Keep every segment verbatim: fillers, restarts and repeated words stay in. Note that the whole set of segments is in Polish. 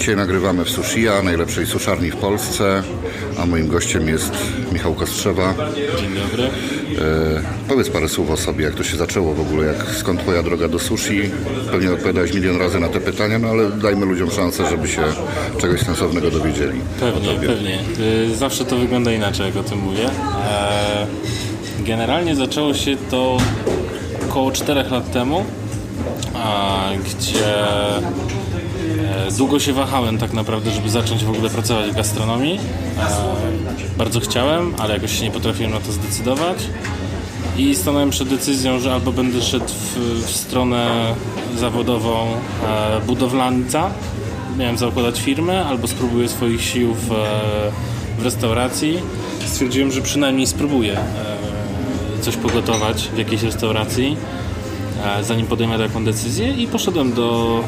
Dzisiaj nagrywamy w Sushiya, najlepszej suszarni w Polsce, a moim gościem jest Michał Kostrzewa. Dzień dobry. E, powiedz parę słów o sobie, jak to się zaczęło w ogóle, jak, skąd twoja droga do sushi? Pewnie odpowiadałeś milion razy na te pytania, no ale dajmy ludziom szansę, żeby się czegoś sensownego dowiedzieli. Pewnie, pewnie. Zawsze to wygląda inaczej, jak o tym mówię. Generalnie zaczęło się to około czterech lat temu, gdzie długo się wahałem tak naprawdę, żeby zacząć w ogóle pracować w gastronomii. Bardzo chciałem, ale jakoś się nie potrafiłem na to zdecydować i stanąłem przed decyzją, że albo będę szedł w, w stronę zawodową budowlańca, miałem zakładać firmę, albo spróbuję swoich sił w, w restauracji. Stwierdziłem, że przynajmniej spróbuję coś pogotować w jakiejś restauracji, zanim podejmę taką decyzję, i poszedłem do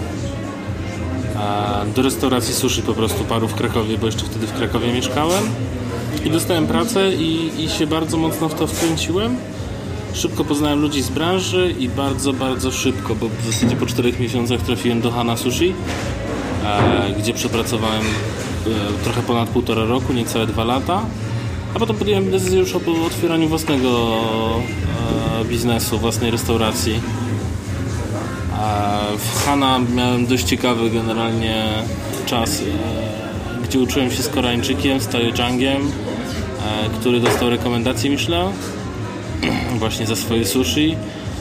do restauracji sushi po prostu paru w Krakowie, bo jeszcze wtedy w Krakowie mieszkałem, i dostałem pracę i, i się bardzo mocno w to wkręciłem. Szybko poznałem ludzi z branży i bardzo, bardzo szybko, bo w zasadzie po czterech miesiącach trafiłem do Hana Sushi, e, gdzie przepracowałem e, trochę ponad półtora roku, niecałe dwa lata, a potem podjąłem decyzję już o otwieraniu własnego e, biznesu, własnej restauracji. W Hana miałem dość ciekawy generalnie czas, e, gdzie uczyłem się z Koreańczykiem, z Taejongiem, e, który dostał rekomendację Michelin właśnie za swoje sushi,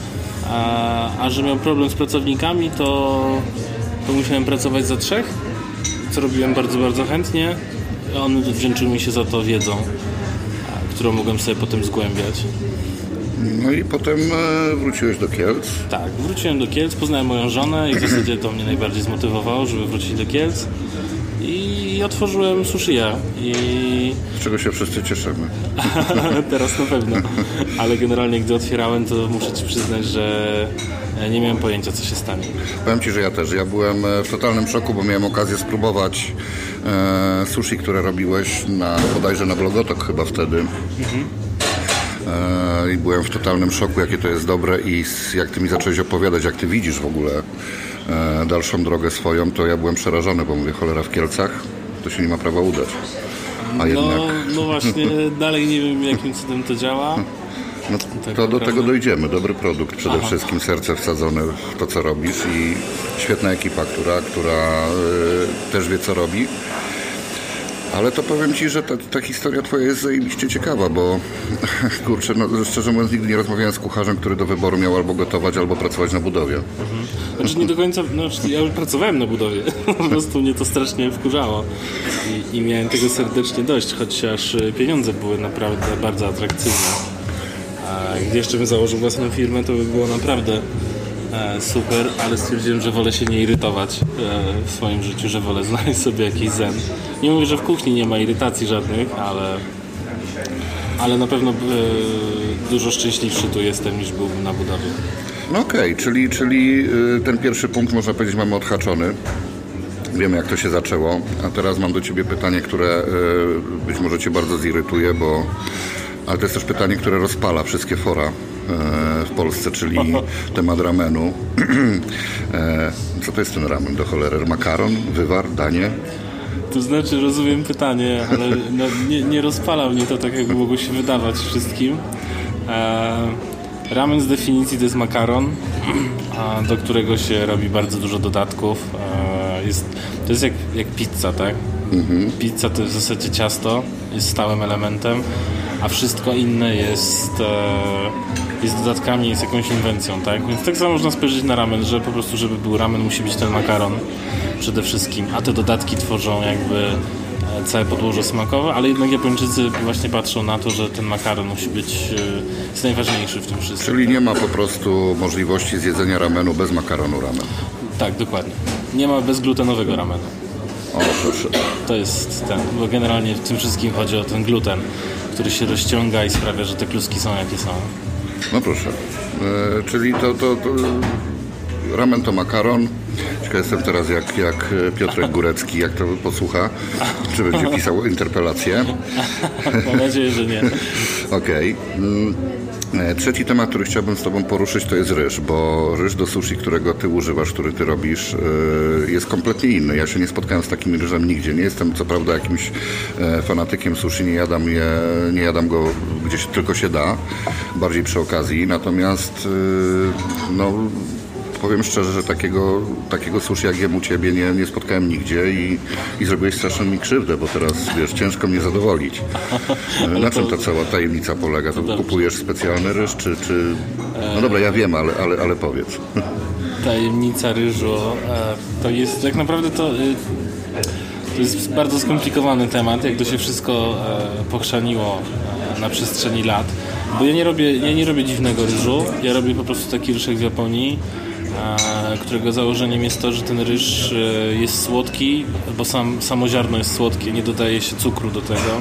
a, a że miał problem z pracownikami, to, to musiałem pracować za trzech, co robiłem bardzo, bardzo chętnie. On wdzięczył mi się za to wiedzą, a, którą mogłem sobie potem zgłębiać. No i potem e, wróciłeś do Kielc. Tak, wróciłem do Kielc, poznałem moją żonę i w zasadzie to mnie najbardziej zmotywowało, żeby wrócić do Kielc, i otworzyłem Sushiya. I... Z czego się wszyscy cieszymy. Teraz na pewno. Ale generalnie gdy otwierałem, to muszę Ci przyznać, że nie miałem pojęcia, co się stanie. Powiem Ci, że ja też. Ja byłem w totalnym szoku, bo miałem okazję spróbować e, sushi, które robiłeś na, bodajże na Blogotok chyba wtedy. Mhm. I byłem w totalnym szoku, jakie to jest dobre, i jak ty mi zacząłeś opowiadać, jak ty widzisz w ogóle dalszą drogę swoją, to ja byłem przerażony, bo mówię, cholera, w Kielcach to się nie ma prawa udać. A jednak... no, no właśnie, dalej nie wiem, jakim cudem to działa. No, tak to do tego dojdziemy. Dobry produkt, przede Aha. wszystkim serce wsadzone w to, co robisz, i świetna ekipa, która, która y, też wie, co robi. Ale to powiem Ci, że ta, ta historia Twoja jest zajebiście ciekawa, bo kurczę, no, szczerze mówiąc, nigdy nie rozmawiałem z kucharzem, który do wyboru miał albo gotować, albo pracować na budowie. Mhm. Znaczy nie do końca, no, ja już pracowałem na budowie, po prostu mnie to strasznie wkurzało i, i miałem tego serdecznie dość, chociaż pieniądze były naprawdę bardzo atrakcyjne. A gdy jeszcze bym założył własną firmę, to by było naprawdę e, super, ale stwierdziłem, że wolę się nie irytować e, w swoim życiu, że wolę znaleźć sobie jakiś zen. Nie mówię, że w kuchni nie ma irytacji żadnych, ale, ale na pewno e, dużo szczęśliwszy tu jestem, niż byłbym na budowie. No okej, okay, czyli, czyli ten pierwszy punkt, można powiedzieć, mamy odhaczony. Wiemy, jak to się zaczęło. A teraz mam do Ciebie pytanie, które być może Cię bardzo zirytuje, bo... ale to jest też pytanie, które rozpala wszystkie fora w Polsce, czyli temat ramenu. Co to jest ten ramen do cholery? Makaron, wywar, danie? To znaczy, rozumiem pytanie, ale no, nie, nie rozpala mnie to tak, jakby mogło się wydawać wszystkim. E, ramen z definicji to jest makaron, a do którego się robi bardzo dużo dodatków. E, jest, to jest jak, jak pizza, tak? Mhm. Pizza to jest w zasadzie ciasto, jest stałym elementem, a wszystko inne jest, e, jest dodatkami, jest jakąś inwencją, tak? Więc tak samo można spojrzeć na ramen, że po prostu, żeby był ramen, musi być ten makaron przede wszystkim, a te dodatki tworzą jakby całe podłoże smakowe, ale jednak Japończycy właśnie patrzą na to, że ten makaron musi być, jest najważniejszy w tym wszystkim. Czyli nie ma po prostu możliwości zjedzenia ramenu bez makaronu ramen. Tak, dokładnie. Nie ma bezglutenowego ramenu. O, proszę. To jest ten, bo generalnie w tym wszystkim chodzi o ten gluten, który się rozciąga i sprawia, że te kluski są jakie są. No proszę. E, czyli to, to, to ramen to makaron. Ciekaw jestem teraz, jak, jak Piotrek Górecki, jak to posłucha, czy będzie pisał interpelację. Mam nadzieję, że nie. Okej. Okay. Trzeci temat, który chciałbym z Tobą poruszyć, to jest ryż, bo ryż do sushi, którego Ty używasz, który Ty robisz, jest kompletnie inny. Ja się nie spotkałem z takim ryżem nigdzie. Nie jestem co prawda jakimś fanatykiem sushi, nie jadam, je, nie jadam go gdzieś tylko się da, bardziej przy okazji. Natomiast no, powiem szczerze, że takiego, takiego sushi jak jem u Ciebie nie, nie spotkałem nigdzie i, i zrobiłeś straszną mi krzywdę, bo teraz, wiesz, ciężko mnie zadowolić. Na czym ta cała tajemnica polega? To kupujesz specjalny ryż, czy... czy... No dobra, ja wiem, ale, ale, ale powiedz. Tajemnica ryżu to jest tak naprawdę to... To jest bardzo skomplikowany temat, jak to się wszystko pochrzaniło na przestrzeni lat. Bo ja nie robię, ja nie robię dziwnego ryżu, ja robię po prostu taki ryż jak w Japonii, którego założeniem jest to, że ten ryż jest słodki, bo sam, samo ziarno jest słodkie, nie dodaje się cukru do tego.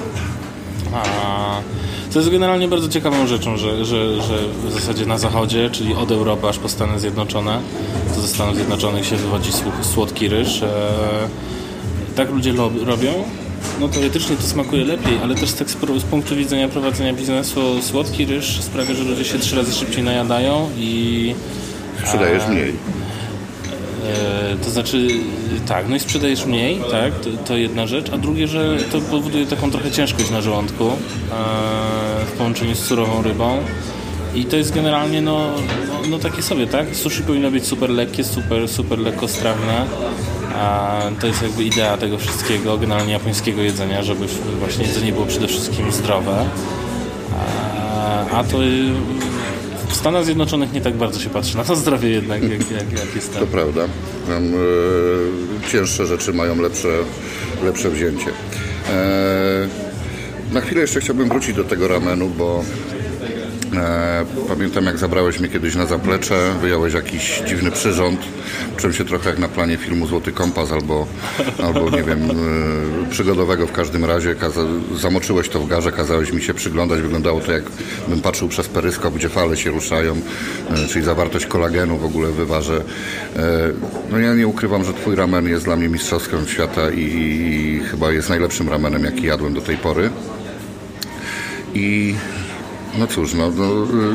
Co jest generalnie bardzo ciekawą rzeczą, że, że, że w zasadzie na zachodzie, czyli od Europy aż po Stany Zjednoczone, to ze Stanów Zjednoczonych się wywodzi słodki ryż. Tak ludzie robią. No teoretycznie to smakuje lepiej, ale też tak z, z punktu widzenia prowadzenia biznesu słodki ryż sprawia, że ludzie się trzy razy szybciej najadają i... Sprzedajesz a, mniej. E, to znaczy, tak, no i sprzedajesz mniej, tak, to, to jedna rzecz, a drugie, że to powoduje taką trochę ciężkość na żołądku e, w połączeniu z surową rybą. I to jest generalnie no, no, no takie sobie, tak? Sushi powinno być super lekkie, super, super lekkostrawne. A to jest jakby idea tego wszystkiego, generalnie japońskiego jedzenia, żeby właśnie jedzenie było przede wszystkim zdrowe. A, a to w Stanach Zjednoczonych nie tak bardzo się patrzy na to zdrowie jednak, jak, jak, jak jest tam. To prawda. Tam e, cięższe rzeczy mają lepsze, lepsze wzięcie. E, na chwilę jeszcze chciałbym wrócić do tego ramenu, bo E, pamiętam, jak zabrałeś mnie kiedyś na zaplecze, wyjąłeś jakiś dziwny przyrząd, czułem się trochę jak na planie filmu Złoty Kompas albo, albo nie wiem, e, przygodowego w każdym razie. Kaza- zamoczyłeś to w garze, kazałeś mi się przyglądać, wyglądało to, jakbym patrzył przez peryskop, gdzie fale się ruszają, e, czyli zawartość kolagenu w ogóle w wywarze. E, no ja nie ukrywam, że Twój ramen jest dla mnie mistrzostwem świata i, i, i chyba jest najlepszym ramenem, jaki jadłem do tej pory. I no cóż, no, no,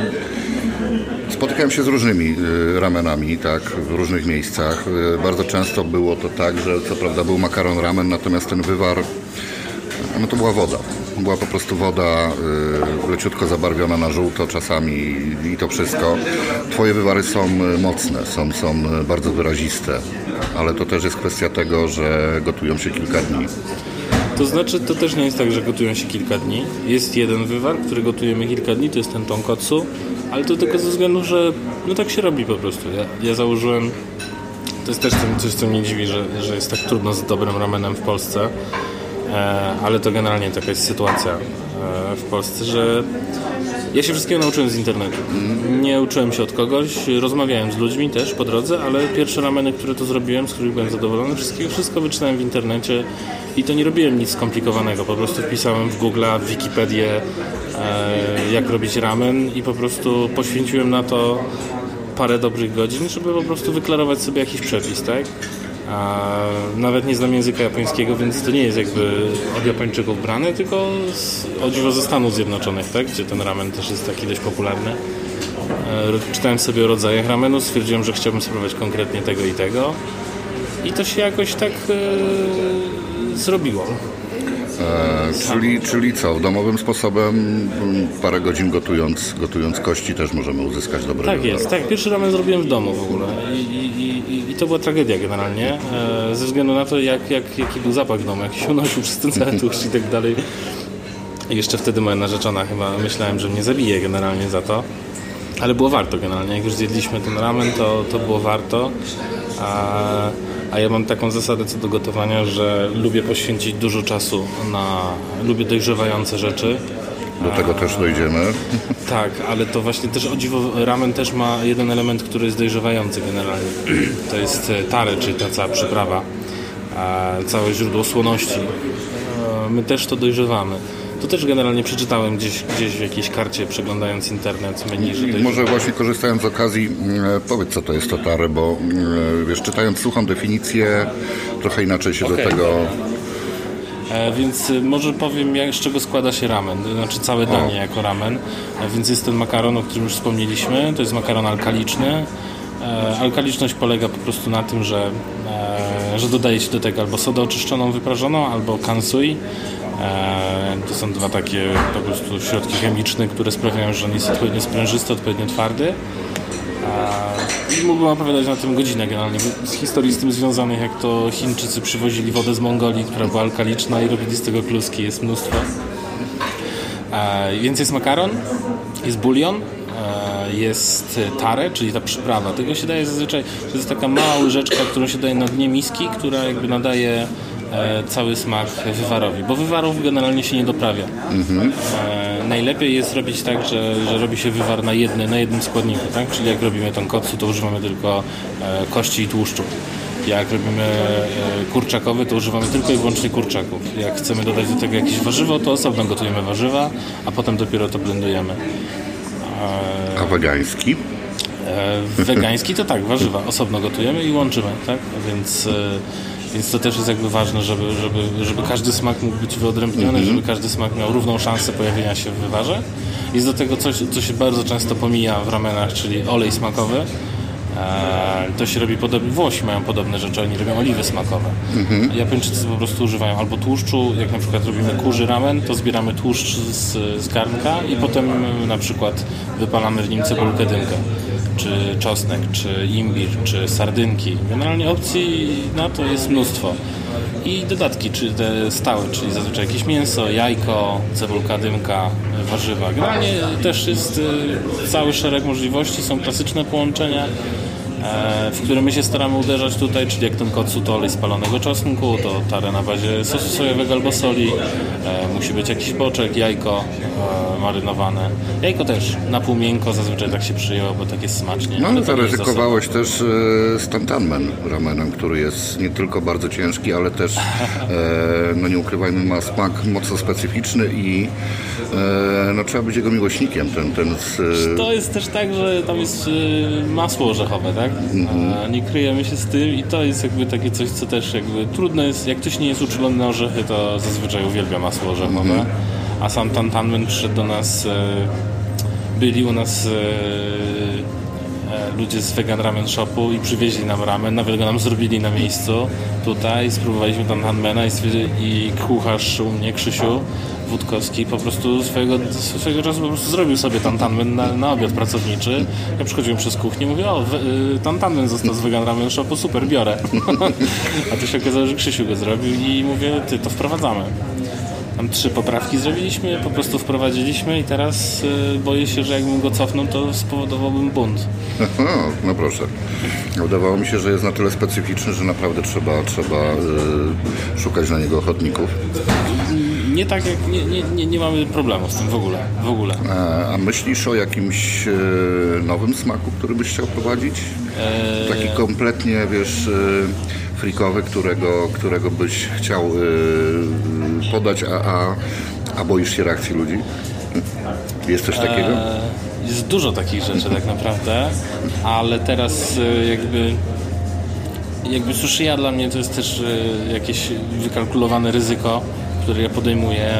spotykałem się z różnymi ramenami, tak, w różnych miejscach. Bardzo często było to tak, że co prawda był makaron ramen, natomiast ten wywar, no to była woda. Była po prostu woda, leciutko zabarwiona na żółto czasami i to wszystko. Twoje wywary są mocne, są, są bardzo wyraziste, ale to też jest kwestia tego, że gotują się kilka dni. To znaczy, to też nie jest tak, że gotują się kilka dni. Jest jeden wywar, który gotujemy kilka dni, to jest ten tonkotsu, ale to tylko ze względu, że no tak się robi po prostu. Ja, ja założyłem, to jest też coś, co mnie dziwi, że, że jest tak trudno z dobrym ramenem w Polsce, e, ale to generalnie taka jest sytuacja e, w Polsce, że ja się wszystkiego nauczyłem z internetu. Nie uczyłem się od kogoś, rozmawiałem z ludźmi też po drodze, ale pierwsze rameny, które to zrobiłem, z których byłem zadowolony, wszystkiego, wszystko wyczytałem w internecie i to nie robiłem nic skomplikowanego. Po prostu wpisałem w Google'a, w Wikipedię, e, jak robić ramen i po prostu poświęciłem na to parę dobrych godzin, żeby po prostu wyklarować sobie jakiś przepis, tak? A nawet nie znam języka japońskiego, więc to nie jest jakby od Japończyków brane, tylko z, o dziwo ze Stanów Zjednoczonych, tak? Gdzie ten ramen też jest taki dość popularny. E, czytałem sobie o rodzajach ramenu, stwierdziłem, że chciałbym spróbować konkretnie tego i tego i to się jakoś tak e, zrobiło. E, czyli, czyli co, domowym sposobem parę godzin gotując, gotując kości też możemy uzyskać dobre Tak wywary. jest, tak. Pierwszy ramen zrobiłem w domu w ogóle i, i, i, i to była tragedia generalnie, e, ze względu na to, jak, jak, jaki był zapach w domu, jak się unosił przez ten cały tłuszcz i tak dalej. I jeszcze wtedy moja narzeczona chyba myślałem, że mnie zabije generalnie za to, ale było warto generalnie. Jak już zjedliśmy ten ramen, to, to było warto. A, a ja mam taką zasadę co do gotowania, że lubię poświęcić dużo czasu na... lubię dojrzewające rzeczy. Do tego też dojdziemy. Tak, ale to właśnie też o dziwo ramen też ma jeden element, który jest dojrzewający generalnie. To jest tare, czyli ta cała przyprawa, całe źródło słoności. My też to dojrzewamy. To też generalnie przeczytałem gdzieś, gdzieś w jakiejś karcie, przeglądając internet, menu, że Może jest... właśnie korzystając z okazji, powiedz co to jest to tare, bo wiesz, czytając suchą definicję, trochę inaczej się okay. do tego... E, więc może powiem, jak, z czego składa się ramen, znaczy całe danie o. jako ramen. E, więc jest ten makaron, o którym już wspomnieliśmy, to jest makaron alkaliczny. E, alkaliczność polega po prostu na tym, że, e, że dodaje się do tego albo sodę oczyszczoną, wyprażoną, albo kansui. E, to są dwa takie po prostu środki chemiczne, które sprawiają, że on jest odpowiednio sprężysty, odpowiednio twardy. I mógłbym opowiadać na tym godzinę generalnie z historii z tym związanych, jak to Chińczycy przywozili wodę z Mongolii, która była alkaliczna i robili z tego kluski, jest mnóstwo. E, więc jest makaron, jest bulion, e, jest tare, czyli ta przyprawa. Tego się daje zazwyczaj, to jest taka mała łyżeczka, którą się daje na dnie miski, która jakby nadaje e, cały smak wywarowi, bo wywarów generalnie się nie doprawia. Mhm. E, najlepiej jest robić tak, że, że robi się wywar na, jedny, na jednym składniku, tak? Czyli jak robimy tonkotsu, to używamy tylko e, kości i tłuszczu. Jak robimy e, kurczakowy, to używamy tylko i wyłącznie kurczaków. Jak chcemy dodać do tego jakieś warzywo, to osobno gotujemy warzywa, a potem dopiero to blendujemy. E, a wegański? E, wegański to tak, warzywa osobno gotujemy i łączymy, tak? Więc... E, Więc to też jest jakby ważne, żeby, żeby, żeby każdy smak mógł być wyodrębniony, mm-hmm. żeby każdy smak miał równą szansę pojawienia się w wywarze. Jest do tego coś, co się bardzo często pomija w ramenach, czyli olej smakowy. Eee, to się robi podobnie, Włosi mają podobne rzeczy, oni robią oliwy smakowe. Mm-hmm. Japończycy po prostu używają albo tłuszczu, jak na przykład robimy kurzy ramen, to zbieramy tłuszcz z, z garnka i potem na przykład wypalamy w nim cebulkę dymkę, czy czosnek, czy imbir, czy sardynki. Generalnie opcji na to jest mnóstwo. I dodatki, czy te stałe, czyli zazwyczaj jakieś mięso, jajko, cebulka dymka, warzywa. Generalnie też jest cały szereg możliwości, są klasyczne połączenia, w które my się staramy uderzać tutaj, czyli jak tonkotsu to olej spalonego czosnku, to tare na bazie sosu sojowego albo soli, e, musi być jakiś boczek, jajko e, marynowane. Jajko też na pół miękko, zazwyczaj tak się przyjęło, bo tak jest smacznie. No ale zaryzykowałeś też e, z tantanmen ramenem, który jest nie tylko bardzo ciężki, ale też, e, no nie ukrywajmy, ma smak mocno specyficzny i e, no trzeba być jego miłośnikiem. Ten, ten z, e... To jest też tak, że tam jest e, masło orzechowe, tak? Mm-hmm. Nie kryjemy się z tym i to jest jakby takie coś, co też jakby trudno jest, jak ktoś nie jest uczulony na orzechy, to zazwyczaj uwielbia masło orzechowe, mm-hmm. a sam tantanmen przyszedł do nas, byli u nas ludzie z Vegan Ramen Shopu i przywieźli nam ramen, nawet go nam zrobili na miejscu tutaj, spróbowaliśmy tantanmena i, i kucharz u mnie, Krzysiu Wódkowski, po prostu swojego, swojego czasu po prostu zrobił sobie tantanmen na, na obiad pracowniczy. Ja przychodziłem przez kuchnię i mówię, o, tantanmen został z Vegan Ramen Shopu, super, biorę. A to się okazało, że Krzysiu go zrobił i mówię, ty, to wprowadzamy. Tam trzy poprawki zrobiliśmy, po prostu wprowadziliśmy i teraz y, boję się, że jakbym go cofnął, to spowodowałbym bunt. No proszę. Wydawało mi się, że jest na tyle specyficzny, że naprawdę trzeba, trzeba y, szukać na niego ochotników. Nie tak jak, nie, nie, nie, nie mamy problemu z tym w ogóle. W ogóle. A, a myślisz o jakimś y, nowym smaku, który byś chciał prowadzić? Eee... Taki kompletnie, wiesz... Y, frikowy, którego, którego byś chciał yy, podać, a, a, a boisz się reakcji ludzi? Jest coś takiego? Eee, jest dużo takich rzeczy tak naprawdę, ale teraz yy, jakby jakby sushiya dla mnie to jest też yy, jakieś wykalkulowane ryzyko, które ja podejmuję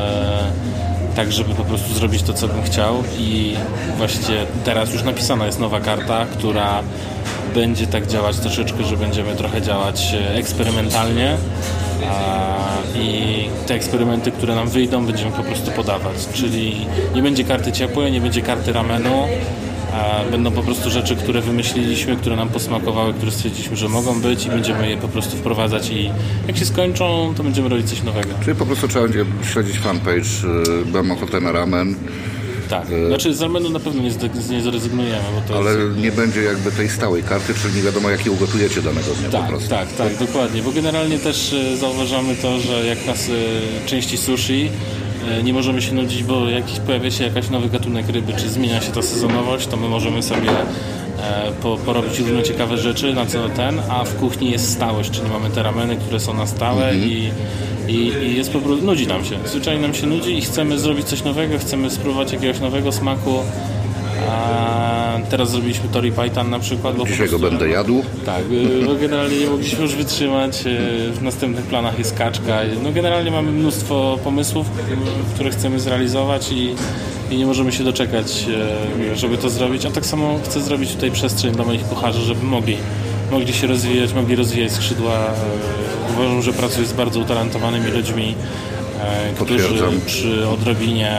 yy, tak, żeby po prostu zrobić to, co bym chciał i właściwie teraz już napisana jest nowa karta, która będzie tak działać troszeczkę, że będziemy trochę działać eksperymentalnie a, i te eksperymenty, które nam wyjdą, będziemy po prostu podawać, czyli nie będzie karty ciepłej, nie będzie karty ramenu, a będą po prostu rzeczy, które wymyśliliśmy, które nam posmakowały, które stwierdziliśmy, że mogą być i będziemy je po prostu wprowadzać i jak się skończą, to będziemy robić coś nowego. Czyli po prostu trzeba będzie śledzić fanpage y, Mam ochotę na ramen. Tak, znaczy z ramenu na pewno nie, zde- nie zrezygnujemy. Bo to ale jest... nie będzie jakby tej stałej karty, czyli nie wiadomo jakie ugotujecie danego dnia tak, po prostu. Tak, tak, dokładnie, bo generalnie też e, zauważamy to, że jak nas e, części sushi e, nie możemy się nudzić, bo jak pojawia się jakaś nowy gatunek ryby, czy zmienia się ta sezonowość, to my możemy sobie e, po, porobić różne ciekawe rzeczy na co ten, a w kuchni jest stałość, czyli mamy te rameny, które są na stałe mm-hmm. i I, I jest po prostu, nudzi nam się, zwyczajnie nam się nudzi i chcemy zrobić coś nowego, chcemy spróbować jakiegoś nowego smaku, a teraz zrobiliśmy Tori Paitan na przykład. Bo Dzisiaj po prostu, go będę jadł. Tak, bo generalnie nie mogliśmy już wytrzymać. W następnych planach jest kaczka. No generalnie mamy mnóstwo pomysłów, które chcemy zrealizować i, i nie możemy się doczekać, żeby to zrobić. A tak samo chcę zrobić tutaj przestrzeń dla moich kucharzy, żeby mogli, mogli się rozwijać, mogli rozwijać skrzydła. Uważam, że pracuję z bardzo utalentowanymi ludźmi, którzy przy odrobinie,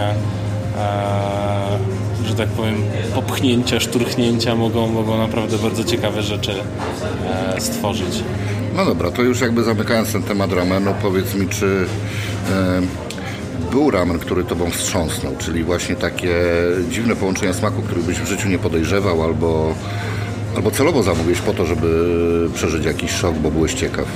że tak powiem, popchnięcia, szturchnięcia mogą, mogą naprawdę bardzo ciekawe rzeczy stworzyć. No dobra, to już jakby zamykając ten temat ramenu, powiedz mi, czy e, był ramen, który tobą wstrząsnął, czyli właśnie takie dziwne połączenia smaku, których byś w życiu nie podejrzewał, albo, albo celowo zamówiłeś po to, żeby przeżyć jakiś szok, bo byłeś ciekaw?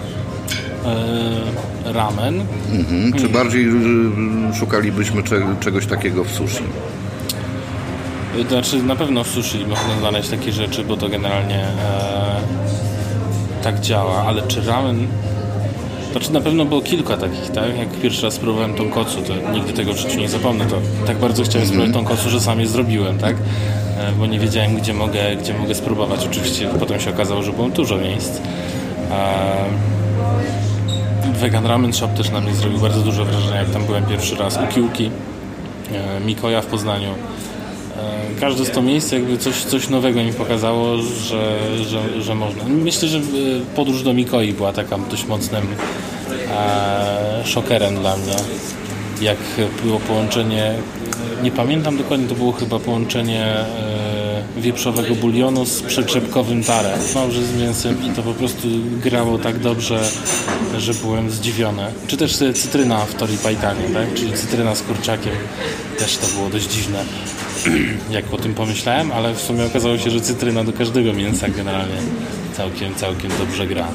E, ramen? Mhm. Czy bardziej y, szukalibyśmy cze, czegoś takiego w sushi? Znaczy na pewno w sushi można znaleźć takie rzeczy, bo to generalnie e, tak działa, ale czy ramen... Znaczy na pewno było kilka takich, tak? Jak pierwszy raz spróbowałem tonkotsu, to nigdy tego w życiu nie zapomnę. To tak bardzo chciałem spróbować tonkotsu, że sam je zrobiłem, tak? E, bo nie wiedziałem, gdzie mogę, gdzie mogę spróbować. Oczywiście potem się okazało, że było dużo miejsc. E, Vegan Ramen Shop też na mnie zrobił bardzo duże wrażenie, jak tam byłem pierwszy raz. Uki-Uki, e, Mikoja w Poznaniu. Każde z to miejsc jakby coś, coś nowego mi pokazało, że, że, że można. Myślę, że podróż do Mikoi była taka dość mocnym e, szokerem dla mnie. Jak było połączenie, nie pamiętam dokładnie, to było chyba połączenie e, wieprzowego bulionu z przyczepkowym tare, małże z mięsem i to po prostu grało tak dobrze, że byłem zdziwiony. Czy też cytryna w Tori Paitanie, tak? Czyli cytryna z kurczakiem, też to było dość dziwne. Jak o tym pomyślałem, ale w sumie okazało się, że cytryna do każdego mięsa generalnie całkiem, całkiem dobrze gra.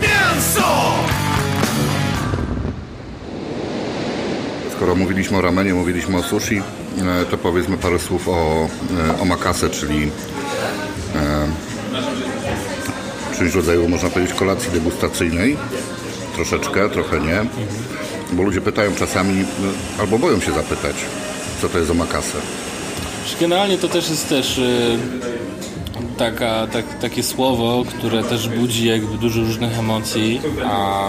Skoro mówiliśmy o ramenie, mówiliśmy o sushi, to powiedzmy parę słów o omakase, czyli e, czymś w rodzaju, można powiedzieć, kolacji degustacyjnej. Troszeczkę, trochę nie. Bo ludzie pytają czasami, albo boją się zapytać, co to jest omakase. Generalnie to też jest też y, taka, tak, takie słowo, które też budzi jakby dużo różnych emocji, a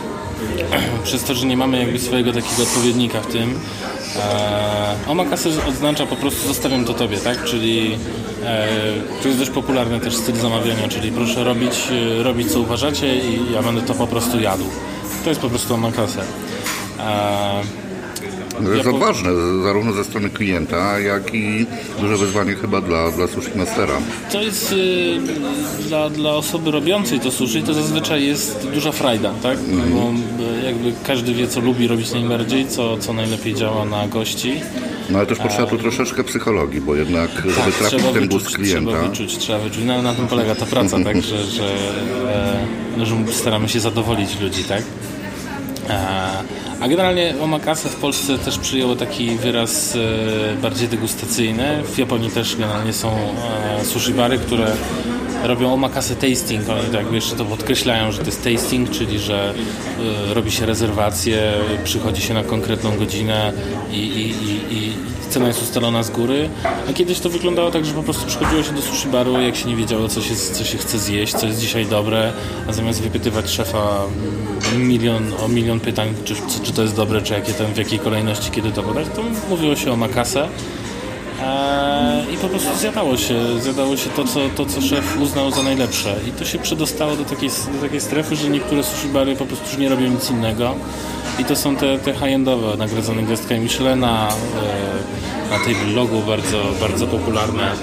przez to, że nie mamy jakby swojego takiego odpowiednika w tym, e, omakase oznacza po prostu zostawiam to tobie, tak? Czyli e, to jest dość popularny też styl zamawiania, czyli proszę robić, e, robić co uważacie i ja będę to po prostu jadł. To jest po prostu omakase. E, To jest Ja odważne, zarówno ze strony klienta, jak i duże wyzwanie chyba dla, dla sushi mastera. To jest y, dla, dla osoby robiącej to sushi, to zazwyczaj jest duża frajda, tak? Mm. Bo y, jakby każdy wie, co lubi robić najbardziej, co, co najlepiej działa na gości. No ale też potrzeba tu troszeczkę psychologii, bo jednak, żeby Tak, trafić trzeba w ten wyczuć, gust klienta... Trzeba wyczuć, trzeba wyczuć. No, na tym polega ta praca, tak? Że, że, e, no, że staramy się zadowolić ludzi, tak? E, A generalnie omakase w Polsce też przyjęło taki wyraz e, bardziej degustacyjny. W Japonii też generalnie są e, sushi bary, które robią omakase tasting. Oni tak jeszcze to podkreślają, że to jest tasting, czyli że e, robi się rezerwację, przychodzi się na konkretną godzinę i, i, i, i cena jest ustalona z góry. A kiedyś to wyglądało tak, że po prostu przychodziło się do sushi baru, jak się nie wiedziało, co się, co się chce zjeść, co jest dzisiaj dobre, a zamiast wypytywać szefa milion, o milion pytań, czy, czy to jest dobre, czy jakie ten, w jakiej kolejności, kiedy to podać, to mówiło się o omakase. Eee, I po prostu zjadało się, zjadało się to co, to, co szef uznał za najlepsze. I to się przedostało do takiej, do takiej strefy, że niektóre sushi bary po prostu już nie robią nic innego. I to są te, te high-endowe, nagrodzone gwiazdkami Michelena, e, na Table Logu bardzo, bardzo popularne.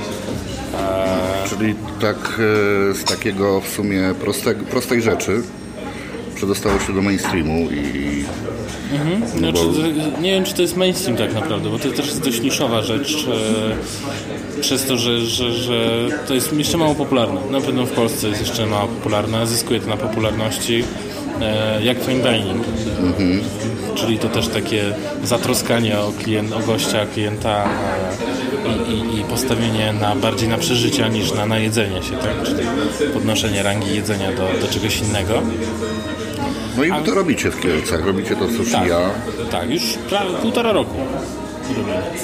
E, Czyli tak e, z takiego w sumie proste, prostej rzeczy przedostało się do mainstreamu i... Mhm. Znaczy, bo... Nie wiem, czy to jest mainstream tak naprawdę, bo to też jest dość niszowa rzecz, e, przez to, że, że, że to jest jeszcze mało popularne. Na pewno w Polsce jest jeszcze mało popularne, zyskuje to na popularności, e, jak fine dining. Mhm. Czyli to też takie zatroskanie o, klient, o gościa, klienta e, i, i, i postawienie na, bardziej na przeżycia niż na najedzenie się, tak? Czyli podnoszenie rangi jedzenia do, do czegoś innego. No i to robicie w Kielcach, robicie to sushi Tak, ja. tak, już prawie półtora roku robimy.